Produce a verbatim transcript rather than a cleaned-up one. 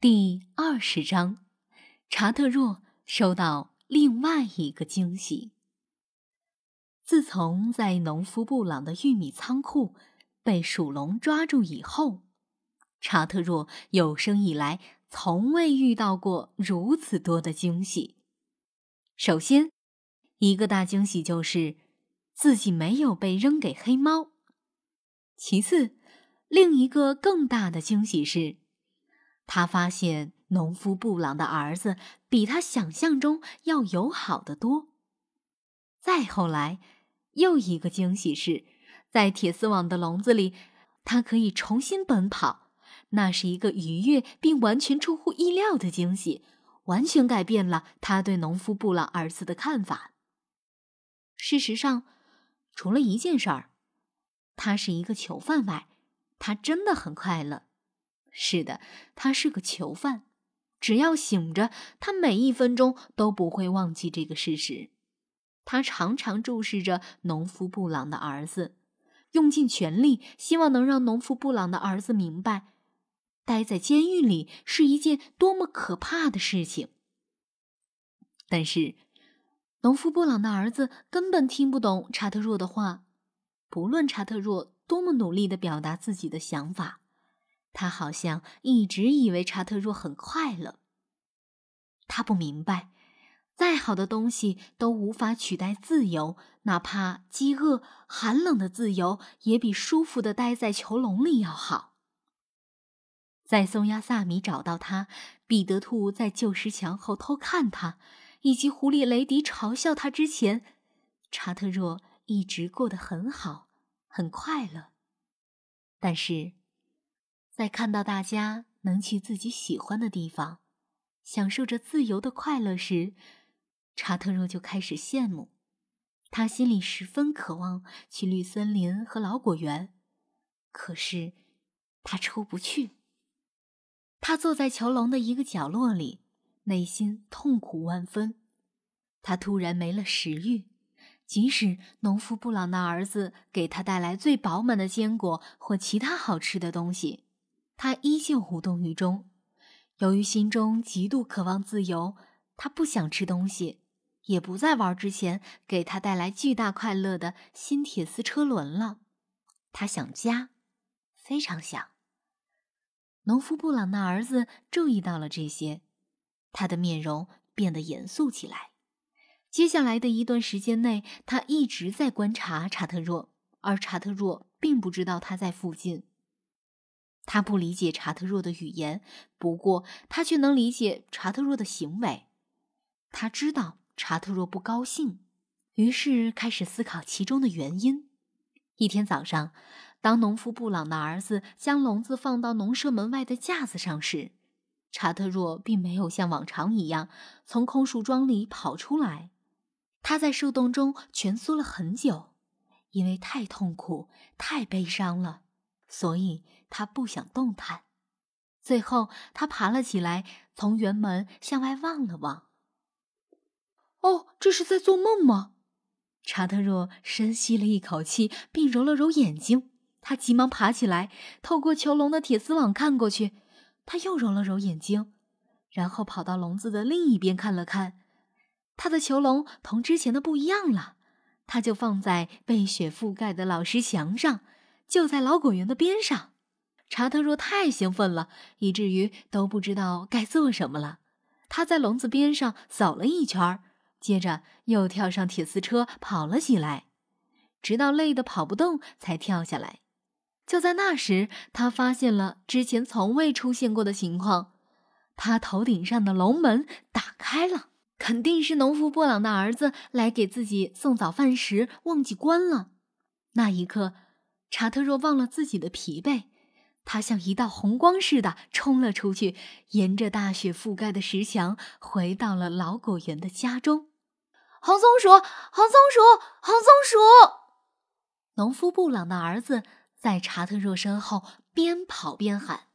第二十章，查特若收到另外一个惊喜。自从在农夫布朗的玉米仓库被鼠笼抓住以后，查特若有生以来从未遇到过如此多的惊喜。首先，一个大惊喜就是自己没有被扔给黑猫。其次，另一个更大的惊喜是，他发现农夫布朗的儿子比他想象中要友好得多。再后来，又一个惊喜是，在铁丝网的笼子里，他可以重新奔跑。那是一个愉悦并完全出乎意料的惊喜，完全改变了他对农夫布朗儿子的看法。事实上，除了一件事儿，他是一个囚犯外，他真的很快乐。是的，他是个囚犯，只要醒着，他每一分钟都不会忘记这个事实。他常常注视着农夫布朗的儿子，用尽全力，希望能让农夫布朗的儿子明白，待在监狱里是一件多么可怕的事情。但是，农夫布朗的儿子根本听不懂查特若的话，不论查特若多么努力地表达自己的想法，他好像一直以为查特若很快乐。他不明白，再好的东西都无法取代自由，哪怕饥饿、寒冷的自由也比舒服地待在囚笼里要好。在松亚萨米找到他，彼得兔在旧石墙后偷看他，以及狐狸雷迪嘲笑他之前，查特若一直过得很好，很快乐。但是，在看到大家能去自己喜欢的地方，享受着自由的快乐时，查特若就开始羡慕。他心里十分渴望去绿森林和老果园，可是他出不去。他坐在囚笼的一个角落里，内心痛苦万分。他突然没了食欲，即使农夫布朗的儿子给他带来最饱满的坚果或其他好吃的东西，他依旧无动于衷。由于心中极度渴望自由，他不想吃东西，也不再玩之前给他带来巨大快乐的新铁丝车轮了。他想家，非常想。农夫布朗的儿子注意到了这些，他的面容变得严肃起来。接下来的一段时间内，他一直在观察查特若，而查特若并不知道他在附近。他不理解查特若的语言，不过他却能理解查特若的行为。他知道查特若不高兴，于是开始思考其中的原因。一天早上，当农夫布朗的儿子将笼子放到农舍门外的架子上时，查特若并没有像往常一样从空树桩里跑出来。他在树洞中蜷缩了很久，因为太痛苦、太悲伤了，所以他不想动弹。最后，他爬了起来，从园门向外望了望。哦，这是在做梦吗？查特若深吸了一口气，并揉了揉眼睛。他急忙爬起来，透过囚笼的铁丝网看过去。他又揉了揉眼睛，然后跑到笼子的另一边看了看。他的囚笼同之前的不一样了，它就放在被雪覆盖的老石墙上，就在老果园的边上。查特若太兴奋了，以至于都不知道该做什么了。他在笼子边上走了一圈，接着又跳上铁丝车跑了起来，直到累得跑不动才跳下来。就在那时，他发现了之前从未出现过的情况，他头顶上的笼门打开了。肯定是农夫布朗的儿子来给自己送早饭时忘记关了。那一刻，查特若忘了自己的疲惫，他像一道红光似的冲了出去，沿着大雪覆盖的石墙回到了老果园的家中。红松鼠，红松鼠，红松鼠！农夫布朗的儿子在查特若身后边跑边喊。